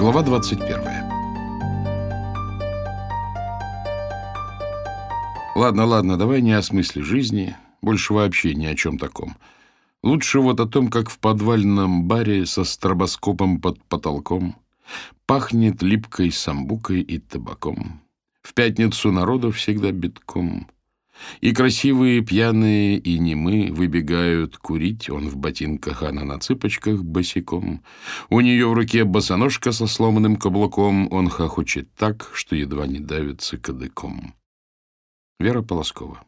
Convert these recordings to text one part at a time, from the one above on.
Глава 21. Ладно, давай не о смысле жизни, больше вообще ни о чем таком. Лучше вот о том, как в подвальном баре со стробоскопом под потолком пахнет липкой самбукой и табаком. В пятницу народу всегда битком. И красивые, пьяные и немы выбегают курить. Он в ботинках, она на цыпочках босиком. У нее в руке босоножка со сломанным каблуком. Он хохочет так, что едва не давится кадыком. Вера Полоскова.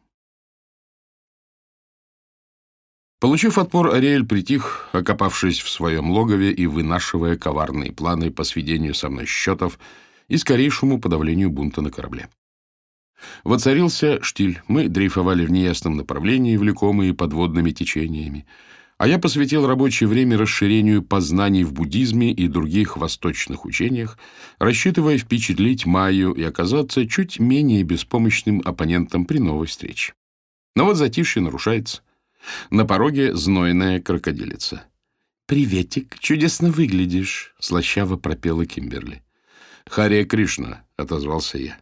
Получив отпор, Ариэль притих, окопавшись в своем логове и вынашивая коварные планы по сведению со мной счетов и скорейшему подавлению бунта на корабле. Воцарился штиль. Мы дрейфовали в неясном направлении, влекомые подводными течениями, а я посвятил рабочее время расширению познаний в буддизме и других восточных учениях, рассчитывая впечатлить Майю и оказаться чуть менее беспомощным оппонентом при новой встрече. Но вот затишье нарушается. На пороге знойная крокодилица. «Приветик, чудесно выглядишь», — слащаво пропела Кимберли. «Харе Кришна», — отозвался я.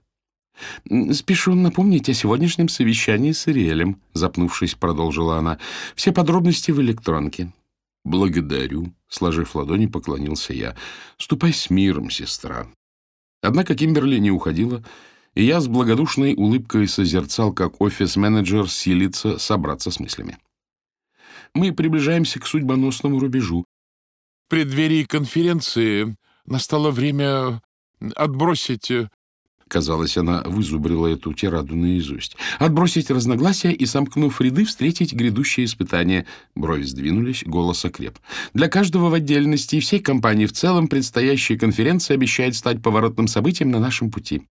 «Спешу напомнить о сегодняшнем совещании с Ариэлем», — запнувшись, продолжила она. «Все подробности в электронке». «Благодарю», — сложив ладони, поклонился я. «Ступай с миром, сестра». Однако Кимберли не уходила, и я с благодушной улыбкой созерцал, как офис-менеджер силится собраться с мыслями. Мы приближаемся к судьбоносному рубежу. В преддверии конференции настало время отбросить... Казалось, она вызубрила эту тираду наизусть. «Отбросить разногласия и, сомкнув ряды, встретить грядущие испытания». Брови сдвинулись, голос окреп. «Для каждого в отдельности и всей компании в целом предстоящая конференция обещает стать поворотным событием на нашем пути».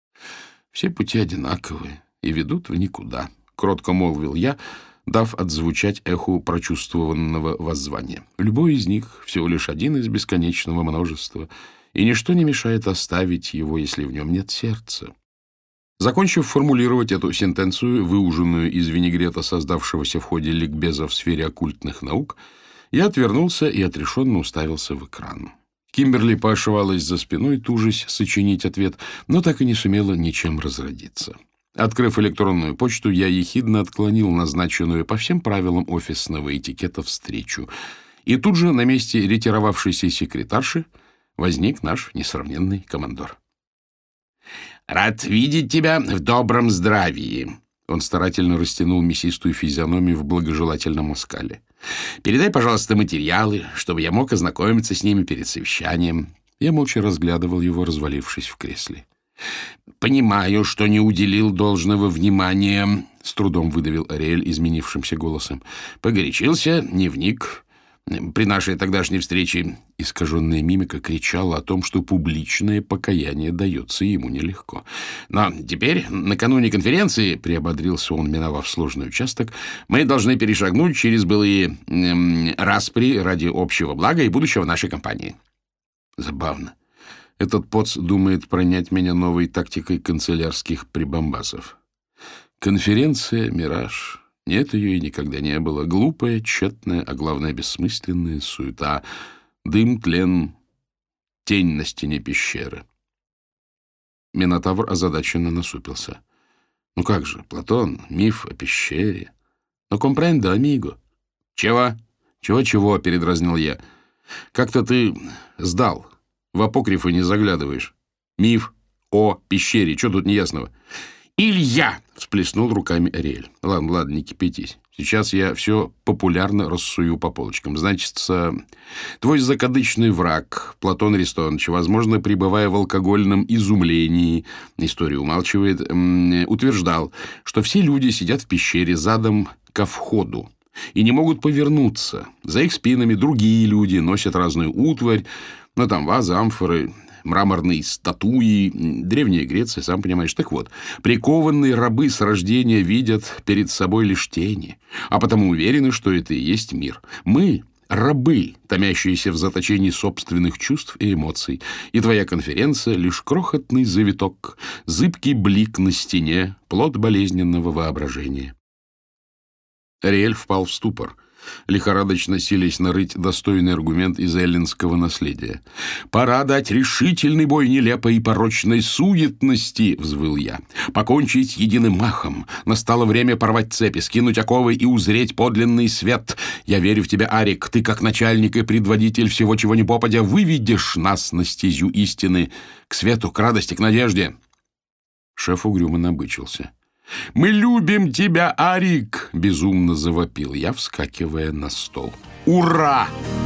«Все пути одинаковые и ведут в никуда», — кротко молвил я, дав отзвучать эху прочувствованного воззвания. «Любой из них всего лишь один из бесконечного множества, и ничто не мешает оставить его, если в нем нет сердца». Закончив формулировать эту сентенцию, выуженную из винегрета, создавшегося в ходе ликбеза в сфере оккультных наук, я отвернулся и отрешенно уставился в экран. Кимберли поошивалась за спиной, тужась сочинить ответ, но так и не сумела ничем разродиться. Открыв электронную почту, я ехидно отклонил назначенную по всем правилам офисного этикета встречу. И тут же на месте ретировавшейся секретарши возник наш несравненный командор. «Рад видеть тебя в добром здравии!» Он старательно растянул мясистую физиономию в благожелательном оскале. «Передай, пожалуйста, материалы, чтобы я мог ознакомиться с ними перед совещанием». Я молча разглядывал его, развалившись в кресле. «Понимаю, что не уделил должного внимания», — с трудом выдавил Ариэль изменившимся голосом. «Погорячился, не вник. При нашей тогдашней встрече искаженная мимика кричала о том, что публичное покаяние дается ему нелегко. Но теперь, накануне конференции, приободрился он, миновав сложный участок, мы должны перешагнуть через былые распри ради общего блага и будущего нашей компании». Забавно. Этот поц думает пронять меня новой тактикой канцелярских прибамбасов. Конференция — мираж. Нет ее и никогда не было. Глупая, тщетная, а главное, бессмысленная суета. Дым, тлен, тень на стене пещеры. Минотавр озадаченно насупился. «Ну как же, Платон, миф о пещере. Но компрендо, амиго». «Чего?» «Чего-чего?» — передразнил я. «Как-то ты сдал. В апокрифы не заглядываешь. Миф о пещере. Что тут неясного?» «Илья!» — всплеснул руками Ариэль. Ладно, не кипятись. Сейчас я все популярно рассую по полочкам. Значит, твой закадычный враг, Платон Аристонович, возможно, пребывая в алкогольном изумлении, история умалчивает, утверждал, что все люди сидят в пещере задом ко входу и не могут повернуться. За их спинами другие люди носят разную утварь, там вазы, амфоры, мраморные статуи, Древняя Греция, сам понимаешь. Так вот, прикованные рабы с рождения видят перед собой лишь тени, а потому уверены, что это и есть мир. Мы — рабы, томящиеся в заточении собственных чувств и эмоций, и твоя конференция — лишь крохотный завиток, зыбкий блик на стене, плод болезненного воображения». Ариэль впал в ступор, лихорадочно силясь нарыть достойный аргумент из эллинского наследия. «Пора дать решительный бой нелепой и порочной суетности», — взвыл я. «Покончить единым махом. Настало время порвать цепи, скинуть оковы и узреть подлинный свет. Я верю в тебя, Арик. Ты, как начальник и предводитель всего, чего ни попадя, выведешь нас на стезю истины, к свету, к радости, к надежде». Шеф угрюмо набычился. «Мы любим тебя, Арик!» — безумно завопил я, вскакивая на стол. «Ура!»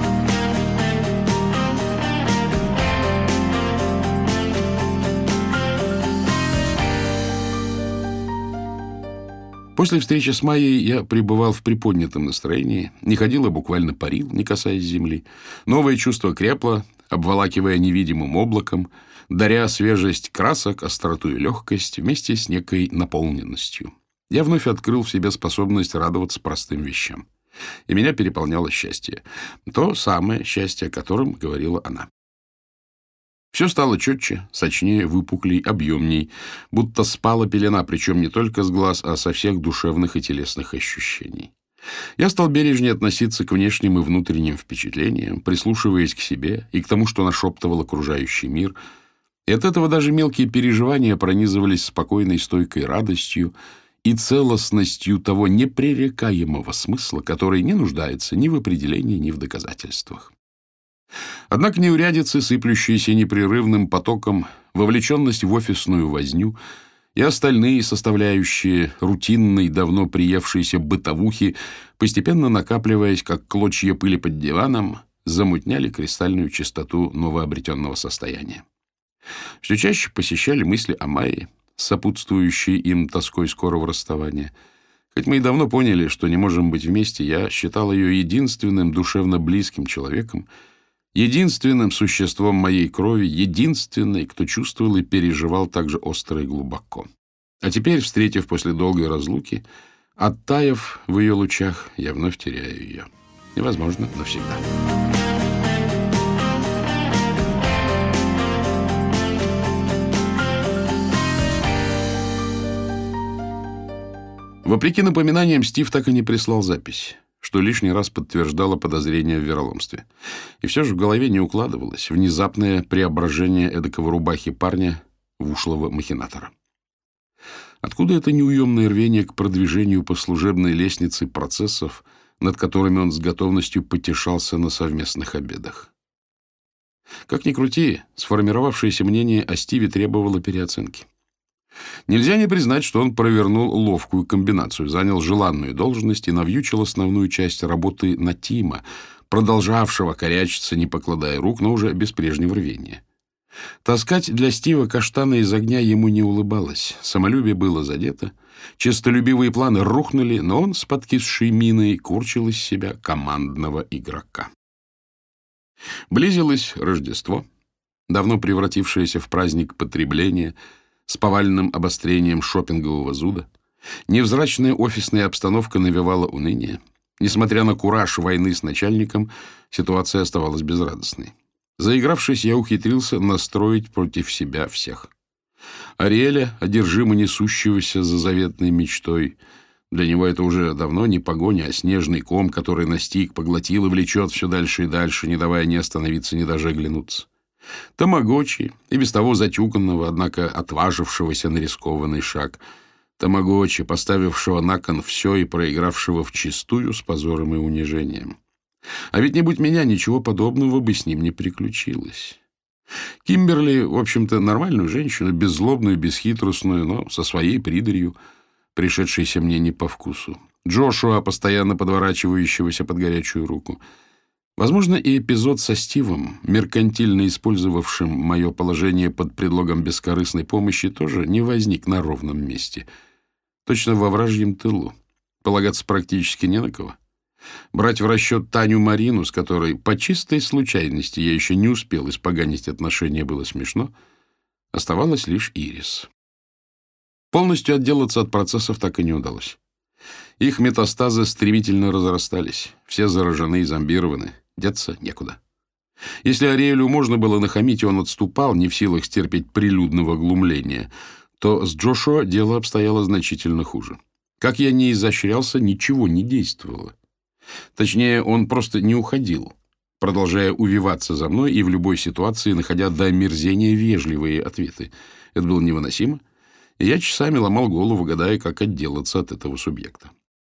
После встречи с Майей я пребывал в приподнятом настроении, не ходил, а буквально парил, не касаясь земли. Новое чувство крепло, обволакивая невидимым облаком, даря свежесть красок, остроту и легкость вместе с некой наполненностью. Я вновь открыл в себе способность радоваться простым вещам. И меня переполняло счастье. То самое счастье, о котором говорила она. Все стало четче, сочнее, выпуклей, объемней, будто спала пелена, причем не только с глаз, а со всех душевных и телесных ощущений. Я стал бережнее относиться к внешним и внутренним впечатлениям, прислушиваясь к себе и к тому, что нашептывал окружающий мир. И от этого даже мелкие переживания пронизывались спокойной, стойкой радостью и целостностью того непререкаемого смысла, который не нуждается ни в определении, ни в доказательствах. Однако неурядицы, сыплющиеся непрерывным потоком, вовлеченность в офисную возню и остальные составляющие рутинной, давно приевшейся бытовухи, постепенно накапливаясь, как клочья пыли под диваном, замутняли кристальную чистоту новообретенного состояния. Все чаще посещали мысли о Майе, сопутствующие им тоской скорого расставания. Хоть мы и давно поняли, что не можем быть вместе, я считал ее единственным душевно близким человеком, единственным существом моей крови, единственной, кто чувствовал и переживал так же остро и глубоко. А теперь, встретив после долгой разлуки, оттаяв в ее лучах, я вновь теряю ее. Невозможно навсегда. Вопреки напоминаниям, Стив так и не прислал запись, что лишний раз подтверждало подозрение в вероломстве. И все же в голове не укладывалось внезапное преображение эдакого рубахи парня в ушлого махинатора. Откуда это неуемное рвение к продвижению по служебной лестнице процессов, над которыми он с готовностью потешался на совместных обедах? Как ни крути, сформировавшееся мнение о Стиве требовало переоценки. Нельзя не признать, что он провернул ловкую комбинацию, занял желанную должность и навьючил основную часть работы на Тима, продолжавшего корячиться, не покладая рук, но уже без прежнего рвения. Таскать для Стива каштаны из огня ему не улыбалось, самолюбие было задето, честолюбивые планы рухнули, но он с подкисшей миной курчил из себя командного игрока. Близилось Рождество, давно превратившееся в праздник потребления, с повальным обострением шопингового зуда. Невзрачная офисная обстановка навевала уныние. Несмотря на кураж войны с начальником, ситуация оставалась безрадостной. Заигравшись, я ухитрился настроить против себя всех. Ариэля, одержимо несущегося за заветной мечтой. Для него это уже давно не погоня, а снежный ком, который настиг, поглотил и влечет все дальше и дальше, не давая ни остановиться, ни даже оглянуться. Тамагочи, и без того затюканного, однако отважившегося на рискованный шаг. Тамагочи, поставившего на кон все и проигравшего вчистую с позором и унижением. А ведь не будь меня, ничего подобного бы с ним не приключилось. Кимберли, в общем-то, нормальную женщину, беззлобную, бесхитростную, но со своей придурью, пришедшейся мне не по вкусу. Джошуа, постоянно подворачивающегося под горячую руку. Возможно, и эпизод со Стивом, меркантильно использовавшим мое положение под предлогом бескорыстной помощи, тоже не возник на ровном месте. Точно во вражьем тылу. Полагаться практически не на кого. Брать в расчет Таню Марину, с которой по чистой случайности я еще не успел испоганить отношения, было смешно. Оставалась лишь Ирис. Полностью отделаться от процессов так и не удалось. Их метастазы стремительно разрастались. Все заражены и зомбированы. Деться некуда. Если Ариэлю можно было нахамить, и он отступал, не в силах стерпеть прилюдного глумления, то с Джошуа дело обстояло значительно хуже. Как я не изощрялся, ничего не действовало. Точнее, он просто не уходил, продолжая увиваться за мной и в любой ситуации находя до омерзения вежливые ответы. Это было невыносимо, и я часами ломал голову, гадая, как отделаться от этого субъекта.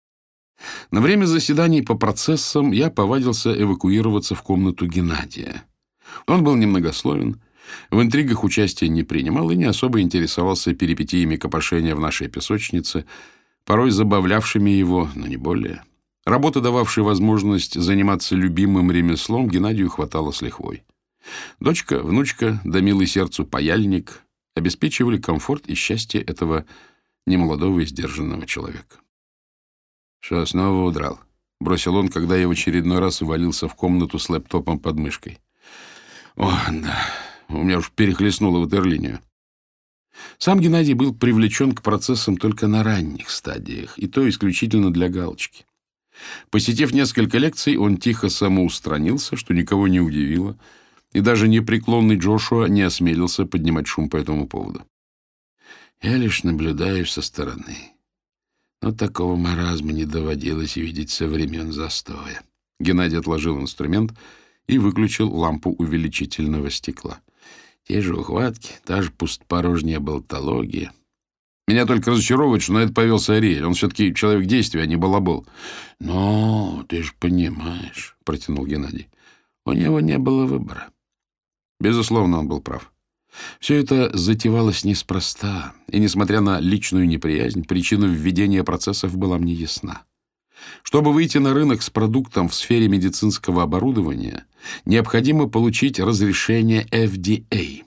На время заседаний по процессам я повадился эвакуироваться в комнату Геннадия. Он был немногословен, в интригах участия не принимал и не особо интересовался перипетиями копошения в нашей песочнице, порой забавлявшими его, но не более. Работа, дававшая возможность заниматься любимым ремеслом, Геннадию хватало с лихвой. Дочка, внучка, да милый сердцу паяльник обеспечивали комфорт и счастье этого немолодого и сдержанного человека. «Что, снова удрал?» — бросил он, когда я в очередной раз ввалился в комнату с лэптопом под мышкой. «О, да, у меня уж перехлестнуло ватерлинию». Сам Геннадий был привлечен к процессам только на ранних стадиях, и то исключительно для галочки. Посетив несколько лекций, он тихо самоустранился, что никого не удивило, и даже непреклонный Джошуа не осмелился поднимать шум по этому поводу. «Я лишь наблюдаю со стороны. Но такого маразма не доводилось видеть со времен застоя». Геннадий отложил инструмент и выключил лампу увеличительного стекла. Те же ухватки, та же пустопорожняя болтология. Меня только разочаровывает, что на это повелся Ариэль. Он все-таки человек действия, а не балабол. «Но ты же понимаешь», — протянул Геннадий, — «у него не было выбора». Безусловно, он был прав. Все это затевалось неспроста, и, несмотря на личную неприязнь, причина введения процессов была мне ясна. Чтобы выйти на рынок с продуктом в сфере медицинского оборудования, необходимо получить разрешение FDA.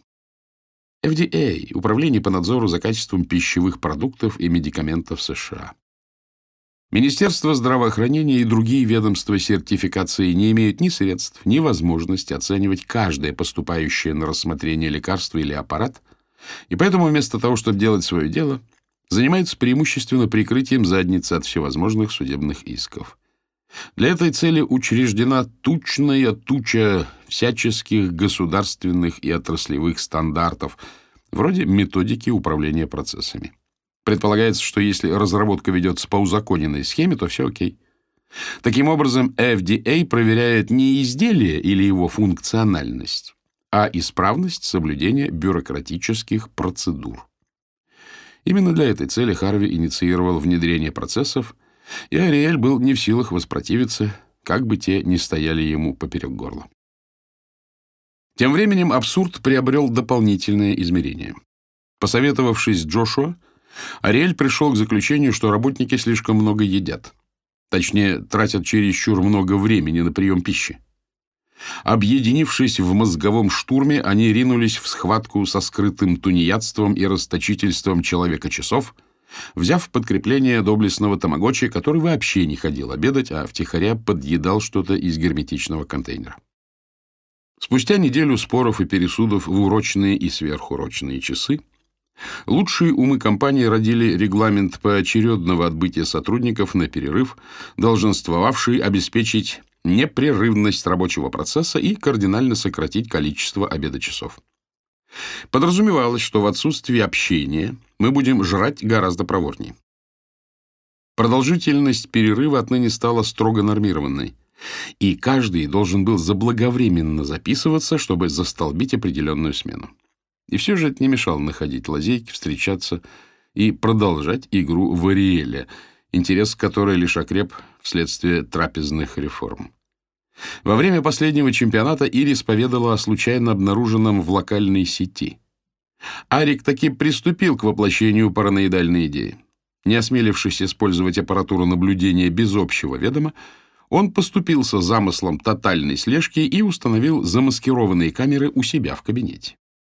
FDA – Управление по надзору за качеством пищевых продуктов и медикаментов США. Министерство здравоохранения и другие ведомства сертификации не имеют ни средств, ни возможности оценивать каждое поступающее на рассмотрение лекарство или аппарат, и поэтому вместо того, чтобы делать свое дело, занимаются преимущественно прикрытием задницы от всевозможных судебных исков. Для этой цели учреждена тучная туча всяческих государственных и отраслевых стандартов, вроде методики управления процессами. Предполагается, что если разработка ведется по узаконенной схеме, то все окей. Таким образом, FDA проверяет не изделие или его функциональность, а исправность соблюдения бюрократических процедур. Именно для этой цели Харви инициировал внедрение процессов, и Ариэль был не в силах воспротивиться, как бы те ни стояли ему поперек горла. Тем временем абсурд приобрел дополнительное измерение. Посоветовавшись с Джошуа, Ариэль пришел к заключению, что работники слишком много едят. Точнее, тратят чересчур много времени на прием пищи. Объединившись в мозговом штурме, они ринулись в схватку со скрытым тунеядством и расточительством человека-часов, взяв в подкрепление доблестного тамагочи, который вообще не ходил обедать, а втихаря подъедал что-то из герметичного контейнера. Спустя неделю споров и пересудов в урочные и сверхурочные часы лучшие умы компании родили регламент поочередного отбытия сотрудников на перерыв, долженствовавший обеспечить непрерывность рабочего процесса и кардинально сократить количество обедочасов. Подразумевалось, что в отсутствии общения мы будем жрать гораздо проворнее. Продолжительность перерыва отныне стала строго нормированной, и каждый должен был заблаговременно записываться, чтобы застолбить определенную смену. И все же это не мешало находить лазейки, встречаться и продолжать игру в Ариэля, интерес к которой лишь окреп вследствие трапезных реформ. Во время последнего чемпионата Ирис поведала о случайно обнаруженном в локальной сети. Арик таки приступил к воплощению параноидальной идеи. Не осмелившись использовать аппаратуру наблюдения без общего ведома, он поступился замыслом тотальной слежки и установил замаскированные камеры у себя в кабинете.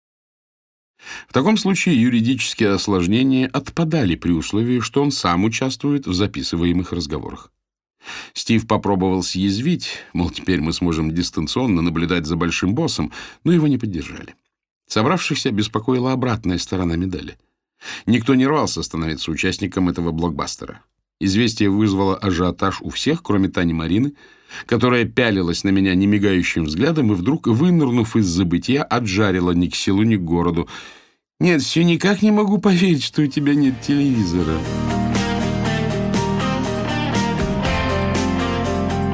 В таком случае юридические осложнения отпадали при условии, что он сам участвует в записываемых разговорах. Стив попробовал съязвить, мол, теперь мы сможем дистанционно наблюдать за большим боссом, но его не поддержали. Собравшихся беспокоила обратная сторона медали. Никто не рвался становиться участником этого блокбастера. Известие вызвало ажиотаж у всех, кроме Тани Марины, которая пялилась на меня немигающим взглядом и вдруг, вынырнув из забытия, отжарила ни к селу, ни к городу. «Нет, все никак не могу поверить, что у тебя нет телевизора».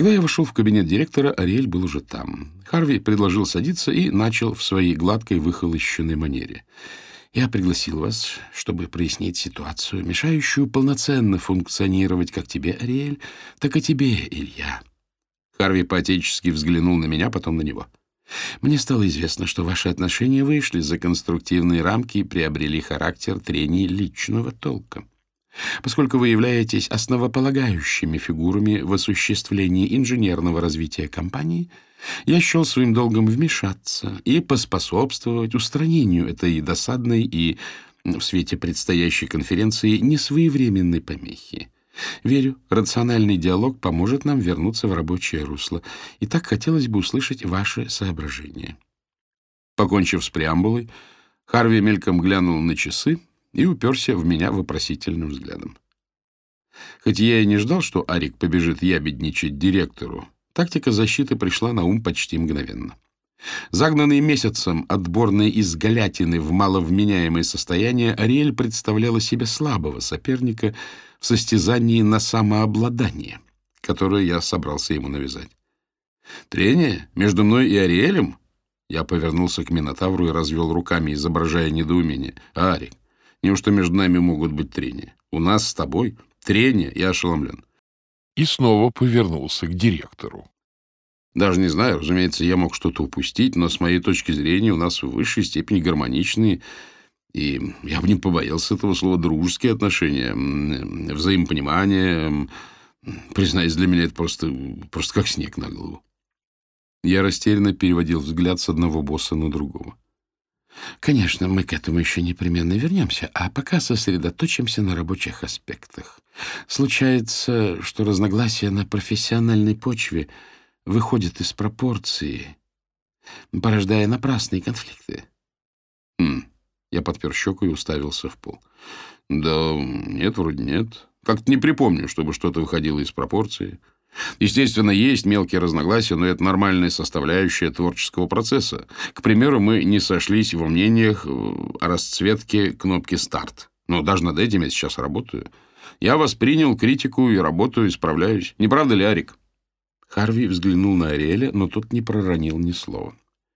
Когда я вошел в кабинет директора, Ариэль был уже там. Харви предложил садиться и начал в своей гладкой, выхолощенной манере. «Я пригласил вас, чтобы прояснить ситуацию, мешающую полноценно функционировать как тебе, Ариэль, так и тебе, Илья». Харви по-отечески взглянул на меня, потом на него. «Мне стало известно, что ваши отношения вышли за конструктивные рамки и приобрели характер трений личного толка. Поскольку вы являетесь основополагающими фигурами в осуществлении инженерного развития компании, я счел своим долгом вмешаться и поспособствовать устранению этой досадной и, в свете предстоящей конференции, несвоевременной помехи. Верю, рациональный диалог поможет нам вернуться в рабочее русло. И так хотелось бы услышать ваши соображения». Покончив с преамбулой, Харви мельком глянул на часы и уперся в меня вопросительным взглядом. Хоть я и не ждал, что Арик побежит ябедничать директору, тактика защиты пришла на ум почти мгновенно. Загнанный месяцем отборной изголятины в маловменяемое состояние, Ариэль представляла себе слабого соперника в состязании на самообладание, которое я собрался ему навязать. «Трение? Между мной и Ариэлем?» Я повернулся к Минотавру и развел руками, изображая недоумение. «Арик, неужто между нами могут быть трения? У нас с тобой трения?» Я ошеломлен. И снова повернулся к директору. Даже не знаю, разумеется, я мог что-то упустить, но с моей точки зрения у нас в высшей степени гармоничные, и я бы не побоялся этого слова, дружеские отношения, взаимопонимание. Признаюсь, для меня это просто как снег на голову. Я растерянно переводил взгляд с одного босса на другого. «Конечно, мы к этому еще непременно вернемся, а пока сосредоточимся на рабочих аспектах. Случается, что разногласия на профессиональной почве выходят из пропорции, порождая напрасные конфликты». Я подпер щеку и уставился в пол. «Да нет, вроде нет. Как-то не припомню, чтобы что-то выходило из пропорции. Естественно, есть мелкие разногласия, но это нормальная составляющая творческого процесса. К примеру, мы не сошлись во мнениях о расцветке кнопки «Старт». Но даже над этим я сейчас работаю. Я воспринял критику и работаю, исправляюсь. Не правда ли, Арик?» Харви взглянул на Ариэля, но тот не проронил ни слова.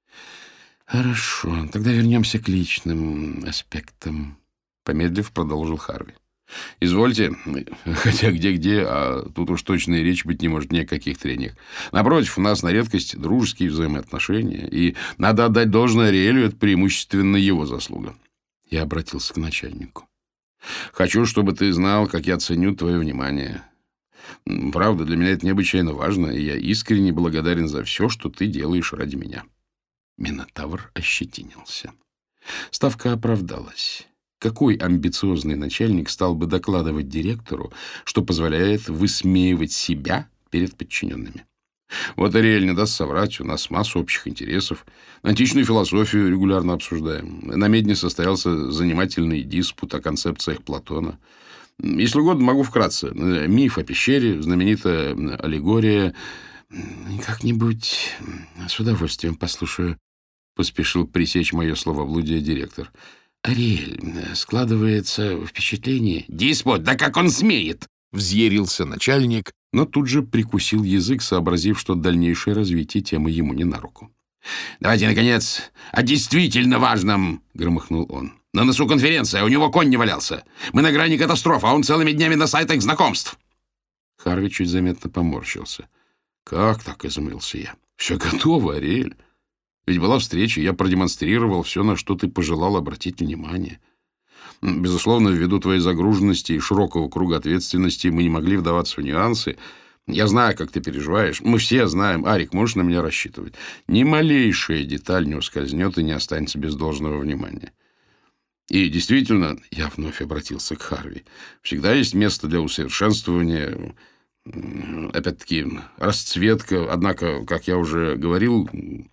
«Хорошо, тогда вернемся к личным аспектам», — помедлив продолжил Харви. «Извольте, хотя где-где, а тут уж точно и речь быть не может ни о каких трениях. Напротив, у нас на редкость дружеские взаимоотношения, и надо отдать должное Ариэлю, это преимущественно его заслуга». Я обратился к начальнику. «Хочу, чтобы ты знал, как я ценю твое внимание. Правда, для меня это необычайно важно, и я искренне благодарен за все, что ты делаешь ради меня». Минотавр ощетинился. Ставка оправдалась. Какой амбициозный начальник стал бы докладывать директору, что позволяет высмеивать себя перед подчиненными? Вот Ариэль не даст соврать, у нас масса общих интересов. Античную философию регулярно обсуждаем. На Медне состоялся занимательный диспут о концепциях Платона. Если угодно, могу вкратце. Миф о пещере, знаменитая аллегория. «Как-нибудь с удовольствием послушаю», — поспешил пресечь мое словоблудие директор. «Ариэль, складывается впечатление...» «Диспут, да как он смеет!» — взъярился начальник, но тут же прикусил язык, сообразив, что дальнейшее развитие темы ему не на руку. «Давайте, наконец, о действительно важном!» — громыхнул он. «На носу конференция, у него конь не валялся. Мы на грани катастрофы, а он целыми днями на сайтах знакомств». Харви чуть заметно поморщился. «Как так?» — изумился я. «Все готово, Ариэль. Ведь была встреча, я продемонстрировал все, на что ты пожелал обратить внимание. Безусловно, ввиду твоей загруженности и широкого круга ответственности мы не могли вдаваться в нюансы. Я знаю, как ты переживаешь. Мы все знаем. Арик, можешь на меня рассчитывать. Ни малейшая деталь не ускользнет и не останется без должного внимания. И действительно, я вновь обратился к Харви, всегда есть место для усовершенствования, опять-таки, расцветка. Однако, как я уже говорил...»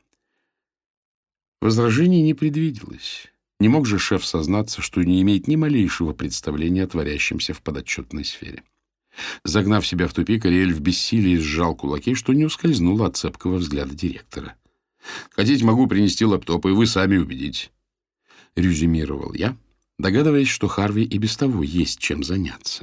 Возражений не предвиделось. Не мог же шеф сознаться, что не имеет ни малейшего представления о творящемся в подотчетной сфере. Загнав себя в тупик, Ариэль в бессилии сжал кулаки, что не ускользнуло от цепкого взгляда директора. «Хотите, могу принести лэптоп, и вы сами убедитесь», — резюмировал я, догадываясь, что Харви и без того есть чем заняться.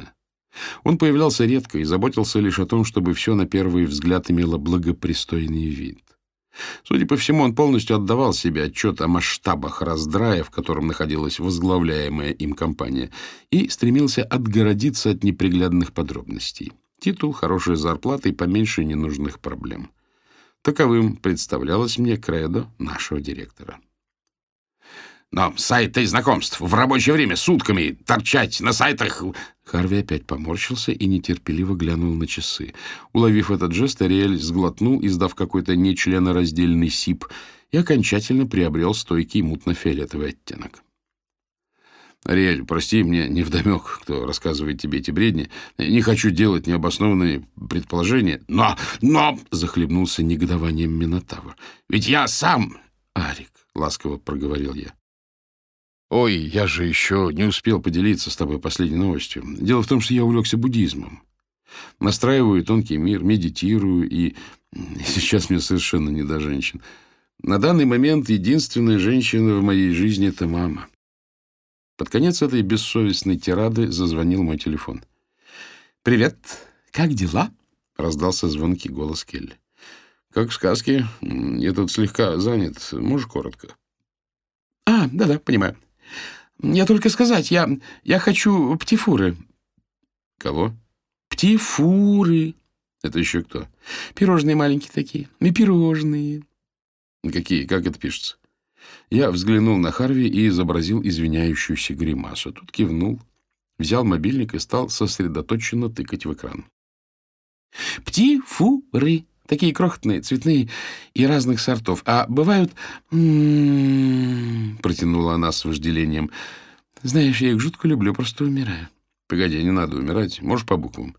Он появлялся редко и заботился лишь о том, чтобы все на первый взгляд имело благопристойный вид. Судя по всему, он полностью отдавал себе отчет о масштабах раздрая, в котором находилась возглавляемая им компания, и стремился отгородиться от неприглядных подробностей. Титул, хорошая зарплата и поменьше ненужных проблем. Таковым представлялось мне кредо нашего директора. Но сайты знакомств в рабочее время сутками торчать на сайтах... Харви опять поморщился и нетерпеливо глянул на часы. Уловив этот жест, Ариэль сглотнул, издав какой-то нечленораздельный сип, и окончательно приобрел стойкий мутно-фиолетовый оттенок. «Ариэль, прости, мне невдомек, кто рассказывает тебе эти бредни. Не хочу делать необоснованные предположения». Но! — захлебнулся негодованием Минотавр. «Ведь я сам...» «Арик», — ласково проговорил я. «Ой, я же еще не успел поделиться с тобой последней новостью. Дело в том, что я увлекся буддизмом. Настраиваю тонкий мир, медитирую, и сейчас мне совершенно не до женщин. На данный момент единственная женщина в моей жизни — это мама». Под конец этой бессовестной тирады зазвонил мой телефон. «Привет, как дела?» — раздался звонкий голос Келли. «Как в сказке. Я тут слегка занят. Можешь коротко?» Да-да, понимаю. Я только сказать, я хочу птифуры». «Кого?» «Птифуры». «Это еще кто?» «Пирожные маленькие такие. И пирожные». «Какие? Как это пишется?» Я взглянул на Харви и изобразил извиняющуюся гримасу. Тут кивнул, взял мобильник и стал сосредоточенно тыкать в экран. «Птифуры. Такие крохотные, цветные и разных сортов. А бывают...» протянула она с вожделением. «Знаешь, я их жутко люблю, просто умираю». «Погоди, не надо умирать. Можешь по буквам?»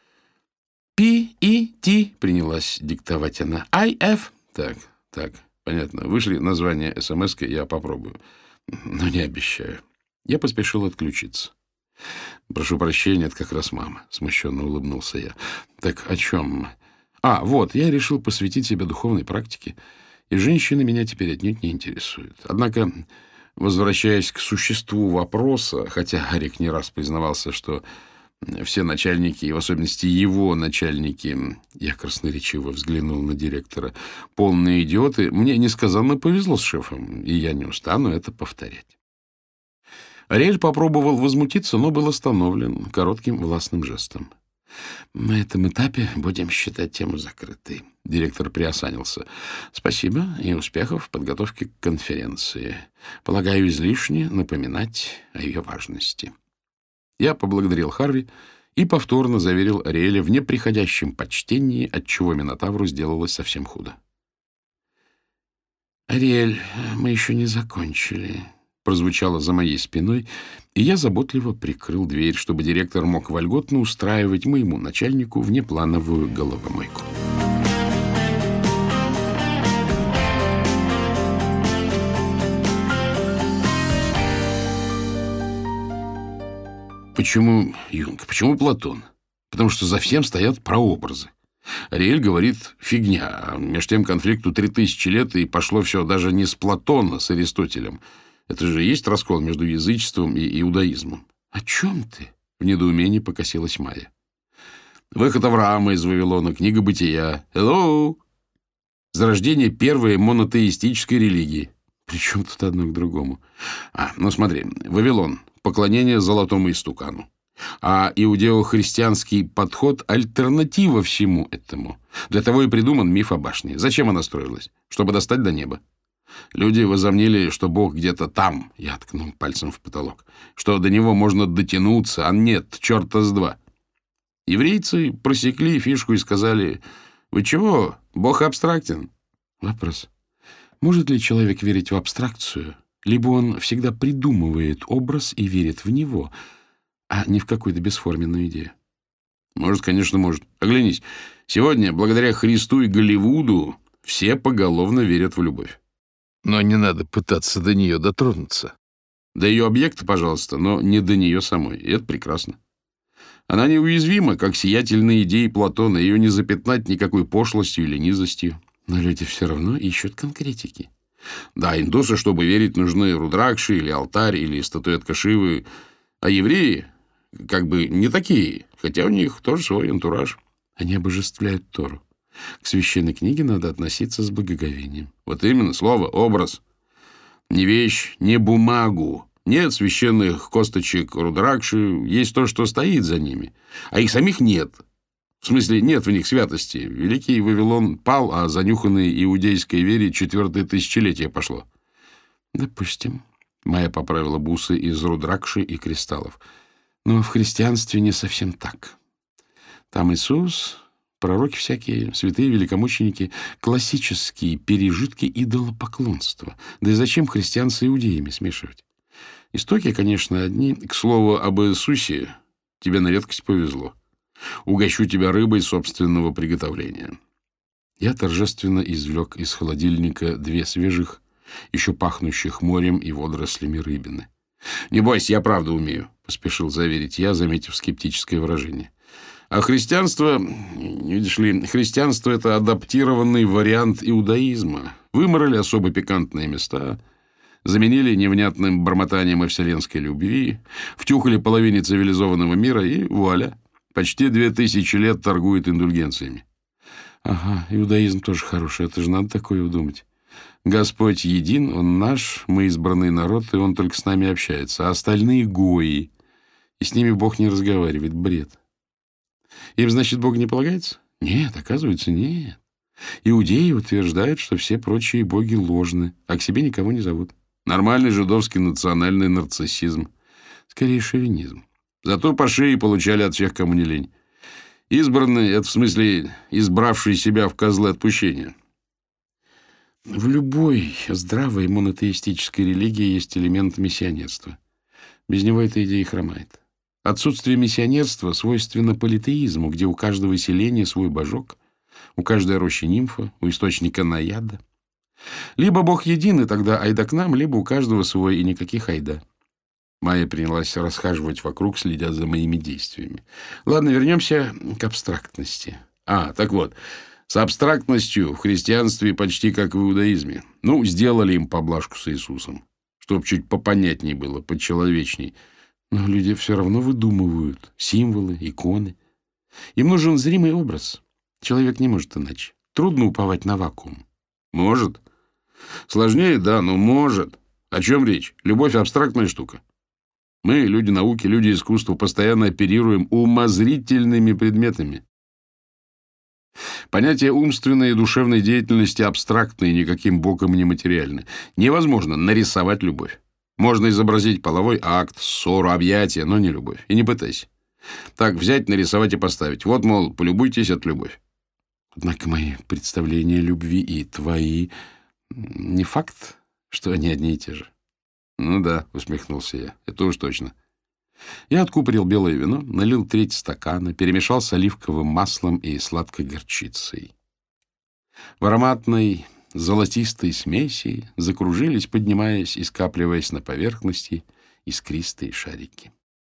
«P-E-T», принялась диктовать она. «I-F». Так, понятно. Вышли название СМС-ки, я попробую. Но не обещаю. Я поспешил отключиться. «Прошу прощения, это как раз мама», — смущенно улыбнулся я. «Так о чем?» Вот, я решил посвятить себя духовной практике, и женщины меня теперь отнюдь не интересуют. Однако, возвращаясь к существу вопроса, хотя Арик не раз признавался, что все начальники, и в особенности его начальники, я красноречиво взглянул на директора, полные идиоты, мне несказанно повезло с шефом, и я не устану это повторять. Ариэль попробовал возмутиться, но был остановлен коротким властным жестом. «На этом этапе будем считать тему закрытой». Директор приосанился. «Спасибо и успехов в подготовке к конференции. Полагаю, излишне напоминать о ее важности». Я поблагодарил Харви и повторно заверил Ариэля в неприходящем почтении, отчего Минотавру сделалось совсем худо. «Ариэль, мы еще не закончили», — прозвучало за моей спиной, и я заботливо прикрыл дверь, чтобы директор мог вольготно устраивать моему начальнику внеплановую головомойку. Почему Юнг? Почему Платон? Потому что за всем стоят прообразы. Ариэль говорит фигня, а между тем конфликту 3000 лет, и пошло все даже не с Платона, с Аристотелем. Это же есть раскол между язычеством и иудаизмом. — О чем ты? — в недоумении покосилась Майя. — Выход Авраама из Вавилона, книга Бытия. Hello! Зарождение первой монотеистической религии. Причем тут одно к другому? Ну смотри, Вавилон — поклонение золотому истукану. А иудео-христианский подход — альтернатива всему этому. Для того и придуман миф о башне. Зачем она строилась? Чтобы достать до неба. Люди возомнили, что Бог где-то там, я ткнул пальцем в потолок, что до него можно дотянуться, а нет, черта с два. Еврейцы просекли фишку и сказали: «Вы чего? Бог абстрактен». Вопрос: может ли человек верить в абстракцию, либо он всегда придумывает образ и верит в него, а не в какую-то бесформенную идею? Может, конечно, может. Оглянись. Сегодня, благодаря Христу и Голливуду, все поголовно верят в любовь. Но не надо пытаться до нее дотронуться. До ее объекта, пожалуйста, но не до нее самой. И это прекрасно. Она неуязвима, как сиятельные идеи Платона. Ее не запятнать никакой пошлостью или низостью. Но люди все равно ищут конкретики. Да, индусы, чтобы верить, нужны рудракши или алтарь, или статуэтка Шивы. А евреи? как бы не такие, хотя у них тоже свой антураж. Они обожествляют Тору. К священной книге надо относиться с благоговением. Вот именно, слово, образ. Не вещь, не бумагу. Нет священных косточек Рудракши, есть то, что стоит за ними. А их самих нет. В смысле, нет в них святости. Великий Вавилон пал, а занюханной иудейской вере 4-е тысячелетие пошло. Допустим. Майя поправила бусы из Рудракши и кристаллов. Но в христианстве не совсем так. Там Иисус, пророки всякие, святые великомученики, классические пережитки идолопоклонства. Да и зачем христиан с иудеями смешивать? Истоки, конечно, одни. К слову об Иисусе, тебе на редкость повезло. Угощу тебя рыбой собственного приготовления. Я торжественно извлек из холодильника 2 свежих, еще пахнущих морем и водорослями рыбины. «Не бойся, я правда умею», — поспешил заверить я, заметив скептическое выражение. «А христианство, видишь ли, христианство — это адаптированный вариант иудаизма. Выморали особо пикантные места, заменили невнятным бормотанием о вселенской любви, втюхали половине цивилизованного мира и вуаля, почти 2000 лет торгует индульгенциями». Ага, иудаизм тоже хороший, это же надо такое удумать. Господь един, Он наш, мы избранный народ, и Он только с нами общается, а остальные гои, и с ними Бог не разговаривает, бред. Им, значит, Бог не полагается? Нет, оказывается, нет. Иудеи утверждают, что все прочие боги ложны, а к себе никого не зовут. Нормальный жидовский национальный нарциссизм. Скорее, шовинизм. Зато по шее получали от всех, кому не лень. Избранные — это в смысле избравшие себя в козлы отпущения. В любой здравой монотеистической религии есть элемент миссионерства. Без него эта идея хромает. Отсутствие миссионерства свойственно политеизму, где у каждого селения свой божок, у каждой рощи нимфа, у источника наяда. Либо Бог един, и тогда айда к нам, либо у каждого свой, и никаких айда. Майя принялась расхаживать вокруг, следя за моими действиями. Ладно, вернемся к абстрактности. Так вот, с абстрактностью в христианстве почти как в иудаизме. Ну, сделали им поблажку с Иисусом, чтоб чуть попонятней было, почеловечней. Но люди все равно выдумывают символы, иконы. Им нужен зримый образ. Человек не может иначе. Трудно уповать на вакуум. Может. Сложнее, да, но может. О чем речь? Любовь — абстрактная штука. Мы, люди науки, люди искусства, постоянно оперируем умозрительными предметами. Понятия умственной и душевной деятельности абстрактны и никаким боком не материальны. Невозможно нарисовать любовь. Можно изобразить половой акт, ссору, объятия, но не любовь. И не пытайся. Так взять, нарисовать и поставить. Вот, мол, полюбуйтесь, это любовь. Однако мои представления любви и твои не факт, что они одни и те же. Ну да, усмехнулся я. Это уж точно. Я откупорил белое вино, налил 1/3 стакана, перемешал с оливковым маслом и сладкой горчицей. В ароматной золотистой смеси закружились, поднимаясь и скапливаясь на поверхности, искристые шарики.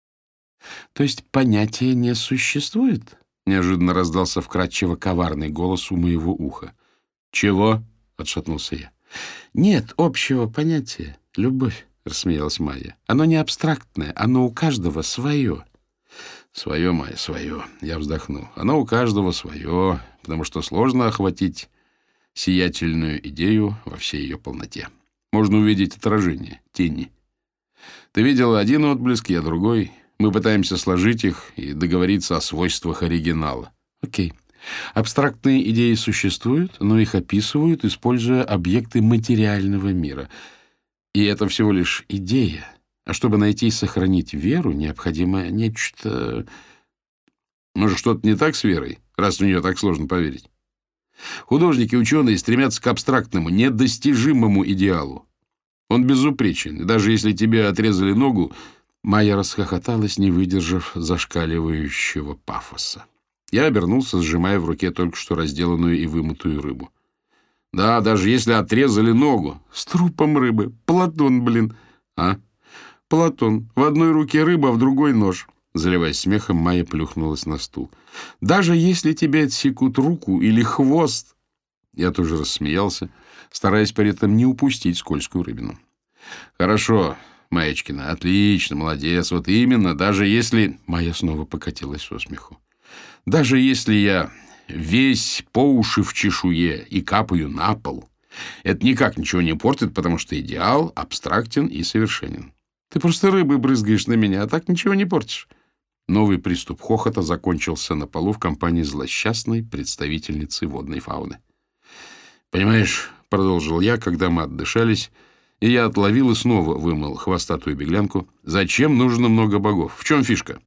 — То есть понятия не существует? — неожиданно раздался вкрадчиво коварный голос у моего уха. — Чего? — отшатнулся я. — Нет общего понятия. Любовь, — рассмеялась Майя. — Оно не абстрактное, оно у каждого свое. — Свое, Майя, свое. Я вздохнул. Оно у каждого свое, потому что сложно охватить сиятельную идею во всей ее полноте. Можно увидеть отражение, тени. Ты видела один отблеск, я другой. Мы пытаемся сложить их и договориться о свойствах оригинала. Окей. Абстрактные идеи существуют, но их описывают, используя объекты материального мира. И это всего лишь идея. А чтобы найти и сохранить веру, необходимо нечто... Может, что-то не так с верой, раз в нее так сложно поверить? Художники и ученые стремятся к абстрактному, недостижимому идеалу. Он безупречен, и даже если тебе отрезали ногу... Майя расхохоталась, не выдержав зашкаливающего пафоса. Я обернулся, сжимая в руке только что разделанную и вымытую рыбу. Да, даже если отрезали ногу. С трупом рыбы. Платон, блин. А? Платон. В одной руке рыба, а в другой нож. Заливаясь смехом, Майя плюхнулась на стул. Даже если тебе отсекут руку или хвост... Я тоже рассмеялся, стараясь при этом не упустить скользкую рыбину. Хорошо. Маечкина, отлично, молодец. Вот именно, даже если... Майя снова покатилась со смеху. Даже если я весь по уши в чешуе и капаю на пол, это никак ничего не портит, потому что идеал абстрактен и совершенен. Ты просто рыбой брызгаешь на меня, а так ничего не портишь. Новый приступ хохота закончился на полу в компании злосчастной представительницы водной фауны. «Понимаешь, — продолжил я, когда мы отдышались, и я отловил и снова вымыл хвостатую беглянку, — зачем нужно много богов? В чем фишка?»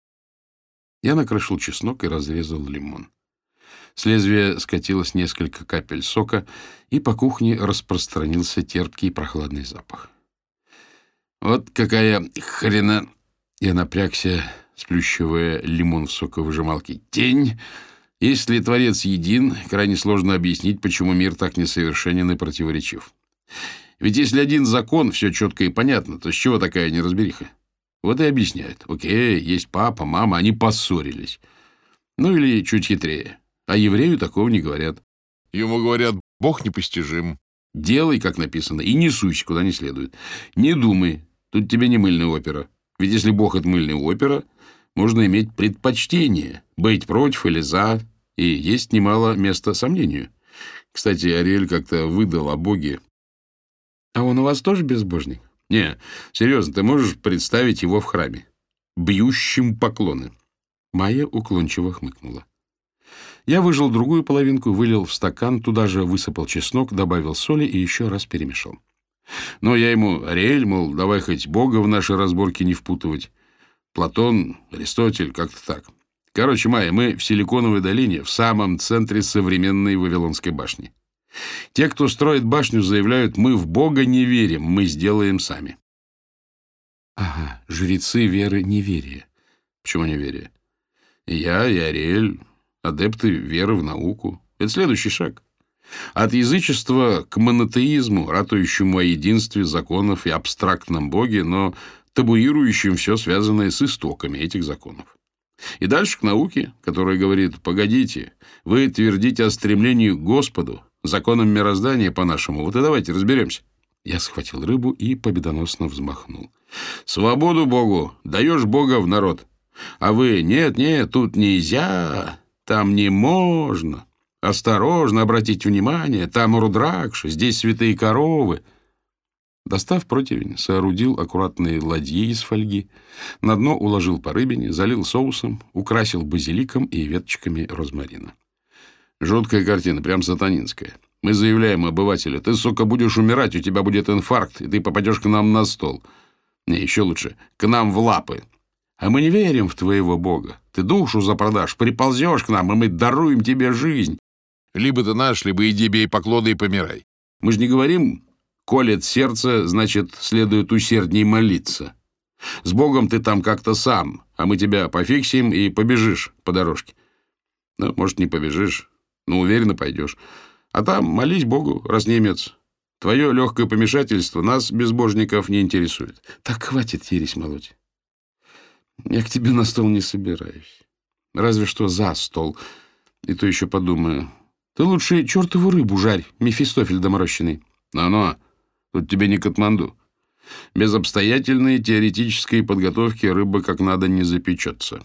Я накрошил чеснок и разрезал лимон. С лезвия скатилось несколько капель сока, и по кухне распространился терпкий прохладный запах. «Вот какая хрена!» Я напрягся, сплющивая лимон в соковыжималке. «Тень! Если Творец един, крайне сложно объяснить, почему мир так несовершенен и противоречив. Ведь если один закон, все четко и понятно, то с чего такая неразбериха? Вот и объясняет. Окей, есть папа, мама, они поссорились. Ну или чуть хитрее. А еврею такого не говорят. Ему говорят, Бог непостижим. Делай, как написано, и не суйся, куда не следует. Не думай, тут тебе не мыльная опера. Ведь если Бог — это мыльная опера, можно иметь предпочтение, быть против или за, и есть немало места сомнению. Кстати, Ариэль как-то выдал о Боге. А он у вас тоже безбожник? Не, серьезно, ты можешь представить его в храме, бьющим поклоны? Майя уклончиво хмыкнула. Я выжал другую половинку, вылил в стакан, туда же высыпал чеснок, добавил соли и еще раз перемешал. Но я ему: Ариэль, мол, давай хоть Бога в наши разборки не впутывать. Платон, Аристотель, как-то так. Короче, Майя, мы в Силиконовой долине, в самом центре современной Вавилонской башни. Те, кто строит башню, заявляют: мы в Бога не верим, мы сделаем сами. Ага, жрецы веры неверия. Почему неверия? И я, и Ариэль, адепты веры в науку. Это следующий шаг. От язычества к монотеизму, ратующему о единстве законов и абстрактном Боге, но табуирующим все связанное с истоками этих законов. И дальше к науке, которая говорит: погодите, вы твердите о стремлении к Господу, законам мироздания по-нашему, вот и давайте разберемся. Я схватил рыбу и победоносно взмахнул. Свободу Богу, даешь Бога в народ. А вы: нет, тут нельзя, там не можно. Осторожно, обратите внимание, там Рудракша, здесь святые коровы. Достав противень, соорудил аккуратные ладьи из фольги, на дно уложил по рыбине, залил соусом, украсил базиликом и веточками розмарина. Жуткая картина, прям сатанинская. Мы заявляем обывателю: ты, сука, будешь умирать, у тебя будет инфаркт, и ты попадешь к нам на стол. Не, еще лучше, к нам в лапы. А мы не верим в твоего Бога. Ты душу запродашь, приползешь к нам, и мы даруем тебе жизнь. Либо ты наш, либо иди бей поклоны и помирай. Мы же не говорим: колет сердце, значит, следует усердней молиться. С Богом ты там как-то сам, а мы тебя пофиксим и побежишь по дорожке. Ну, может, не побежишь, но уверенно пойдешь. А там молись Богу, раз немец. Твое легкое помешательство нас, безбожников, не интересует. Так хватит ересь молоть. Я к тебе на стол не собираюсь. Разве что за стол. И то еще подумаю. Ты лучше чертову рыбу жарь, Мефистофель доморощенный. Но, тут тебе не Катманду. Без обстоятельной теоретической подготовки рыба как надо не запечется.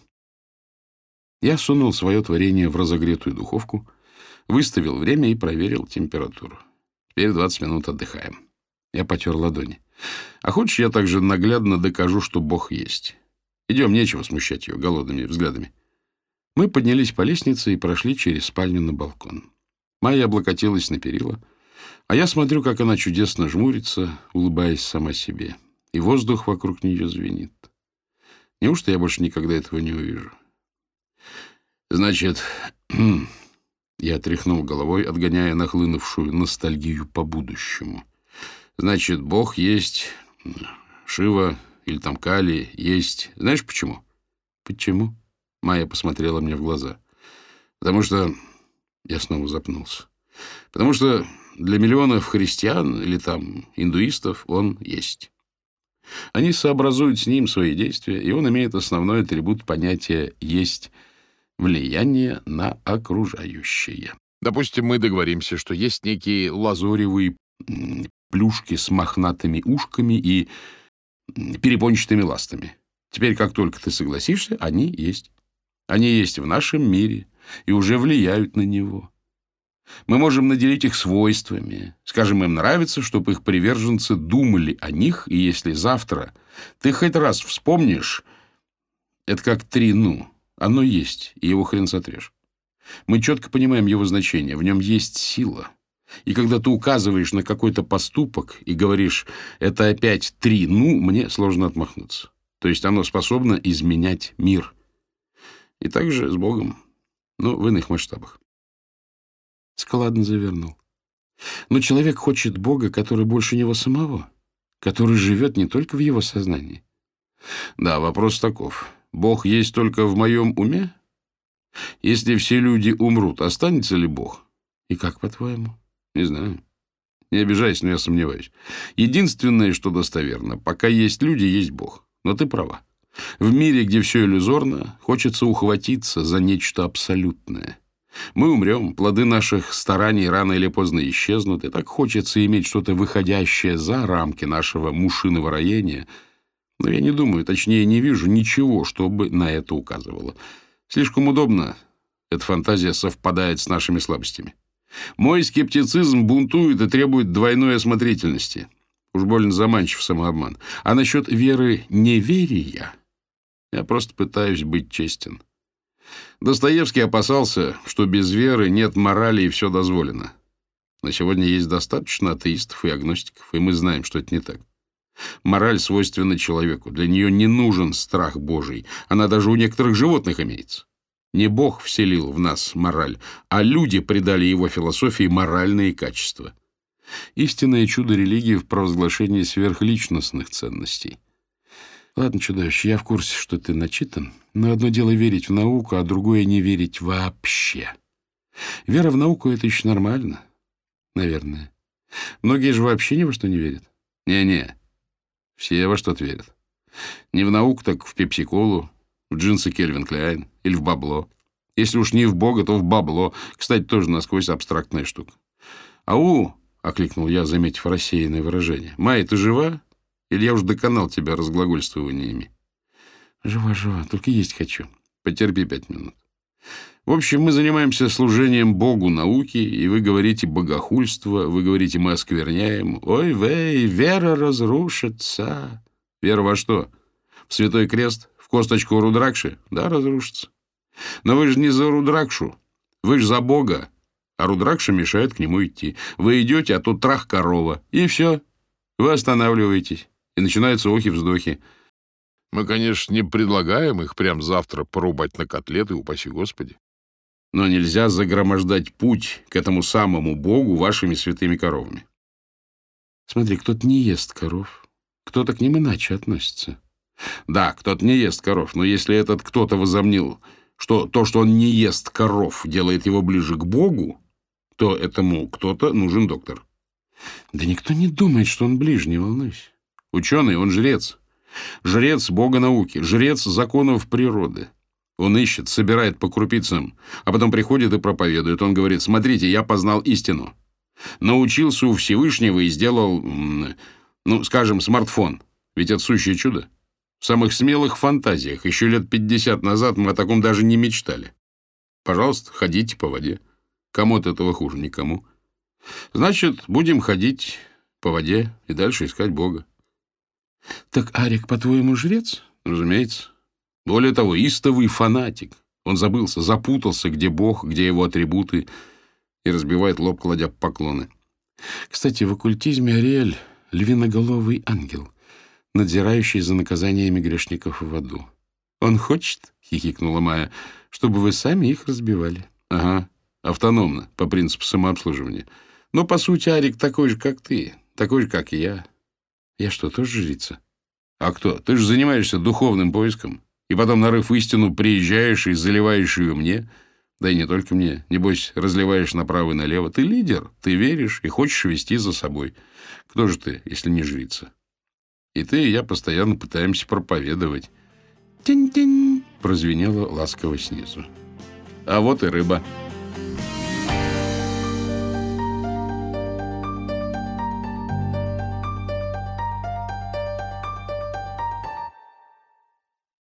Я сунул свое творение в разогретую духовку, выставил время и проверил температуру. Теперь 20 минут отдыхаем. Я потер ладони. А хочешь, я также наглядно докажу, что Бог есть? Идем, нечего смущать ее голодными взглядами. Мы поднялись по лестнице и прошли через спальню на балкон. Майя облокотилась на перила, а я смотрю, как она чудесно жмурится, улыбаясь сама себе, и воздух вокруг нее звенит. Неужто я больше никогда этого не увижу? Значит, я тряхнул головой, отгоняя нахлынувшую ностальгию по будущему. Значит, Бог есть, Шива или там Кали есть. Знаешь почему? Почему? Майя посмотрела мне в глаза. Потому что... Я снова запнулся. Потому что для миллионов христиан или там индуистов он есть. Они сообразуют с ним свои действия, и он имеет основной атрибут понятия «есть» — влияние на окружающее. Допустим, мы договоримся, что есть некие Лазоревые плюшки с мохнатыми ушками и перепончатыми ластами. Теперь, как только ты согласишься, они есть. Они есть в нашем мире и уже влияют на него. Мы можем наделить их свойствами. Скажем, им нравится, чтобы их приверженцы думали о них, и если завтра ты хоть раз вспомнишь, это как 3 «ну». Оно есть, и его хрен сотрешь. Мы четко понимаем его значение, в нем есть сила. И когда ты указываешь на какой-то поступок и говоришь, это опять 3 «ну», мне сложно отмахнуться. То есть оно способно изменять мир. И также с Богом, но в иных масштабах. Складно завернул. Но человек хочет Бога, который больше него самого, который живет не только в его сознании. Да, вопрос таков. Бог есть только в моем уме? Если все люди умрут, останется ли Бог? И как, по-твоему? Не знаю. Не обижайся, но я сомневаюсь. Единственное, что достоверно, пока есть люди, есть Бог. Но ты права. В мире, где все иллюзорно, хочется ухватиться за нечто абсолютное. Мы умрем, плоды наших стараний рано или поздно исчезнут, и так хочется иметь что-то выходящее за рамки нашего мушиного роения. Но я не думаю, точнее, не вижу ничего, чтобы на это указывало. Слишком удобно. Эта фантазия совпадает с нашими слабостями. Мой скептицизм бунтует и требует двойной осмотрительности. Уж больно заманчив самообман. А насчет веры неверия я просто пытаюсь быть честен. Достоевский опасался, что без веры нет морали и все дозволено. Но сегодня есть достаточно атеистов и агностиков, и мы знаем, что это не так. Мораль свойственна человеку. Для нее не нужен страх Божий. Она даже у некоторых животных имеется. Не Бог вселил в нас мораль, а люди придали его философии моральные качества. Истинное чудо религии в провозглашении сверхличностных ценностей. Ладно, чудовище, я в курсе, что ты начитан, но одно дело верить в науку, а другое не верить вообще. Вера в науку — это еще нормально. Наверное. Многие же вообще ни во что не верят. Не-не, все во что-то верят. Не в науку, так в пепси-колу, в джинсы Кельвин Кляйн или в бабло. Если уж не в Бога, то в бабло. Кстати, тоже насквозь абстрактная штука. «Ау!» — окликнул я, заметив рассеянное выражение. «Майя, ты жива? Или я уж доконал тебя разглагольствованиями?» «Жива, только есть хочу. Потерпи 5 минут. В общем, мы занимаемся служением Богу науки, и вы говорите богохульство, вы говорите мы оскверняем. Ой-вей, вера разрушится». Вера во что? В Святой Крест? В косточку Рудракши? Да, разрушится. Но вы же не за Рудракшу, вы же за Бога. А Рудракша мешает к нему идти. Вы идете, а тут трах-корова. И все. Вы останавливаетесь. И начинаются охи-вздохи. Мы, конечно, не предлагаем их прямо завтра порубать на котлеты, упаси Господи. Но нельзя загромождать путь к этому самому Богу вашими святыми коровами. Смотри, кто-то не ест коров. Кто-то к ним иначе относится. Да, кто-то не ест коров. Но если этот кто-то возомнил, что то, что он не ест коров, делает его ближе к Богу, то этому кто-то нужен доктор. Да никто не думает, что он ближе, не волнуйся. Ученый, он жрец. Жрец Бога науки, жрец законов природы. Он ищет, собирает по крупицам, а потом приходит и проповедует. Он говорит: смотрите, я познал истину. Научился у Всевышнего и сделал, скажем, смартфон. Ведь это сущее чудо. В самых смелых фантазиях еще лет 50 назад мы о таком даже не мечтали. Пожалуйста, ходите по воде. Кому от этого хуже? Никому. Значит, будем ходить по воде и дальше искать Бога. Так Арик, по-твоему, жрец? Разумеется. Более того, истовый фанатик. Он забылся, запутался, где Бог, где его атрибуты, и разбивает лоб, кладя поклоны. Кстати, в оккультизме Ариэль — львиноголовый ангел, надзирающий за наказаниями грешников в аду. Он хочет, — хихикнула Майя, — чтобы вы сами их разбивали. Ага, автономно, по принципу самообслуживания. Но, по сути, Арик такой же, как ты, такой же, как и я. Я что, тоже жрица? А кто? Ты же занимаешься духовным поиском. И потом, нарыв истину, приезжаешь и заливаешь ее мне. Да и не только мне. Небось, разливаешь направо и налево. Ты лидер, ты веришь и хочешь вести за собой. Кто же ты, если не жрица? И ты, и я постоянно пытаемся проповедовать. «Тинь-тинь!» прозвенело ласково снизу. А вот и рыба.